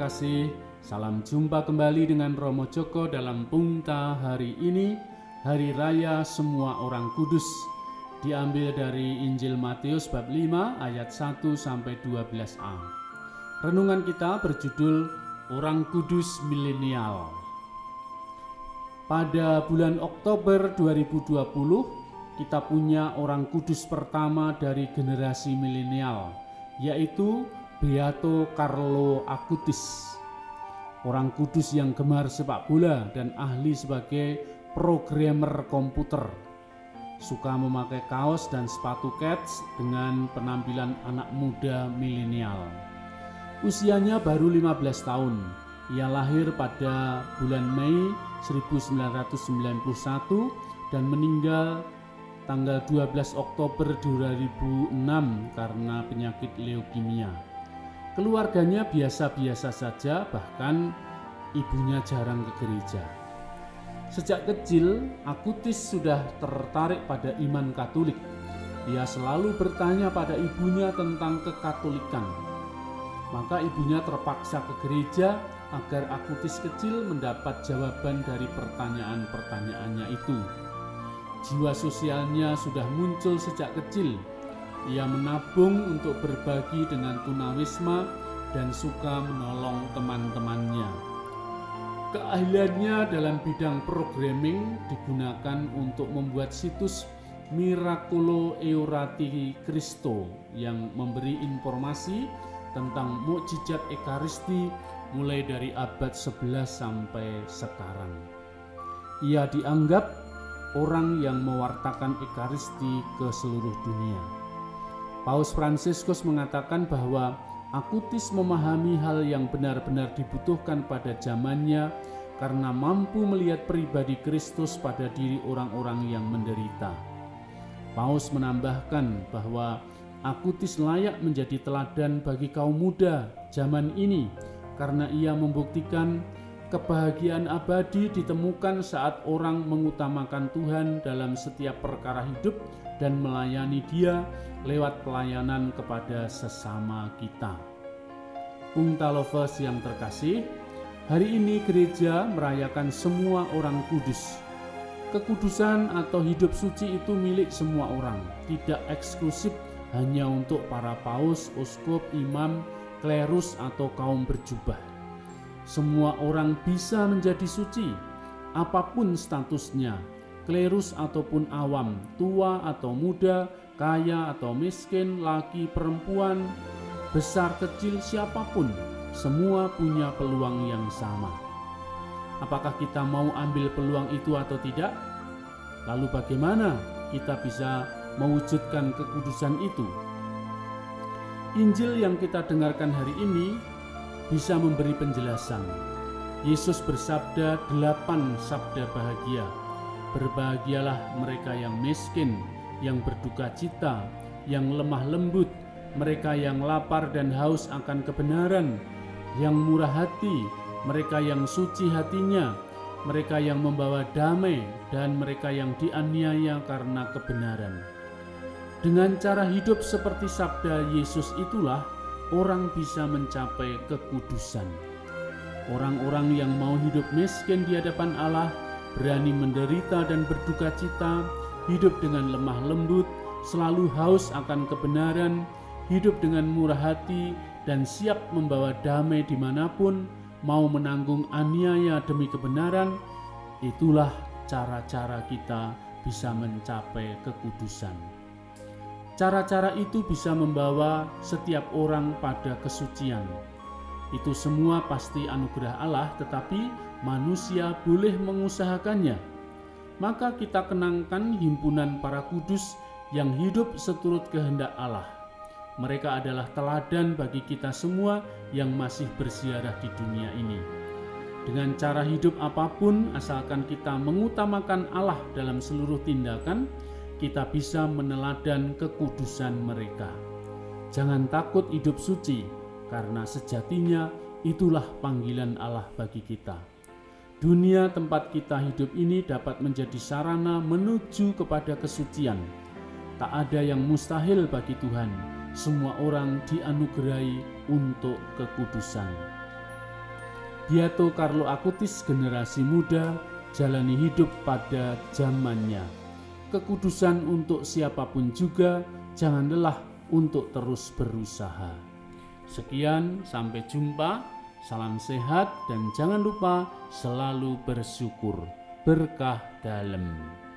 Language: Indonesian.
terkasih, salam jumpa kembali dengan Romo Joko dalam Pungta hari ini, Hari Raya Semua Orang Kudus. Diambil dari Injil Matius bab 5 ayat 1 sampai 12a. Renungan kita berjudul Orang Kudus Milenial. Pada bulan Oktober 2020, kita punya orang kudus pertama dari generasi milenial, yaitu Beato Carlo Acutis. Orang kudus yang gemar sepak bola dan ahli sebagai programmer komputer. Suka memakai kaos dan sepatu kets dengan penampilan anak muda milenial. Usianya baru 15 tahun. Ia lahir pada bulan Mei 1991 dan meninggal tanggal 12 Oktober 2006 karena penyakit leukemia. Keluarganya biasa-biasa saja, bahkan ibunya jarang ke gereja. Sejak kecil, Acutis sudah tertarik pada iman Katolik. Dia selalu bertanya pada ibunya tentang kekatolikan. Maka ibunya terpaksa ke gereja agar Acutis kecil mendapat jawaban dari pertanyaan-pertanyaannya itu. Jiwa sosialnya sudah muncul sejak kecil. Ia menabung untuk berbagi dengan tunawisma dan suka menolong teman-temannya. Keahliannya dalam bidang programming digunakan untuk membuat situs Miracolo Eurati Cristo yang memberi informasi tentang mukjizat Ekaristi mulai dari abad 11 sampai sekarang. Ia dianggap orang yang mewartakan Ekaristi ke seluruh dunia. Paus Fransiskus mengatakan bahwa Acutis memahami hal yang benar-benar dibutuhkan pada zamannya karena mampu melihat pribadi Kristus pada diri orang-orang yang menderita. Paus menambahkan bahwa Acutis layak menjadi teladan bagi kaum muda zaman ini karena ia membuktikan kebahagiaan abadi ditemukan saat orang mengutamakan Tuhan dalam setiap perkara hidup dan melayani Dia lewat pelayanan kepada sesama kita. Pungta Lovers yang terkasih, hari ini gereja merayakan semua orang kudus. Kekudusan atau hidup suci itu milik semua orang, tidak eksklusif hanya untuk para paus, uskup, imam, klerus atau kaum berjubah. Semua orang bisa menjadi suci, apapun statusnya, klerus ataupun awam, tua atau muda, kaya atau miskin, laki, perempuan, besar kecil, siapapun, semua punya peluang yang sama. Apakah kita mau ambil peluang itu atau tidak? Lalu bagaimana kita bisa mewujudkan kekudusan itu? Injil yang kita dengarkan hari ini bisa memberi penjelasan. Yesus bersabda 8 sabda bahagia. Berbahagialah mereka yang miskin, yang berduka cita, yang lemah lembut, mereka yang lapar dan haus akan kebenaran, yang murah hati, mereka yang suci hatinya, mereka yang membawa damai, dan mereka yang dianiaya karena kebenaran. Dengan cara hidup seperti sabda Yesus itulah orang bisa mencapai kekudusan. Orang-orang yang mau hidup miskin di hadapan Allah, berani menderita dan berduka cita, hidup dengan lemah lembut, selalu haus akan kebenaran, hidup dengan murah hati, dan siap membawa damai dimanapun, mau menanggung aniaya demi kebenaran. Itulah cara-cara kita bisa mencapai kekudusan. Cara-cara itu bisa membawa setiap orang pada kesucian. Itu semua pasti anugerah Allah, tetapi manusia boleh mengusahakannya. Maka kita kenangkan himpunan para kudus yang hidup seturut kehendak Allah. Mereka adalah teladan bagi kita semua yang masih berziarah di dunia ini. Dengan cara hidup apapun, asalkan kita mengutamakan Allah dalam seluruh tindakan, kita bisa meneladan kekudusan mereka. Jangan takut hidup suci, karena sejatinya itulah panggilan Allah bagi kita. Dunia tempat kita hidup ini dapat menjadi sarana menuju kepada kesucian. Tak ada yang mustahil bagi Tuhan. Semua orang dianugerahi untuk kekudusan. Beato Carlo Acutis, generasi muda, jalani hidup pada zamannya. Kekudusan untuk siapapun juga, jangan lelah untuk terus berusaha. Sekian, sampai jumpa, salam sehat, dan jangan lupa selalu bersyukur. Berkah dalam.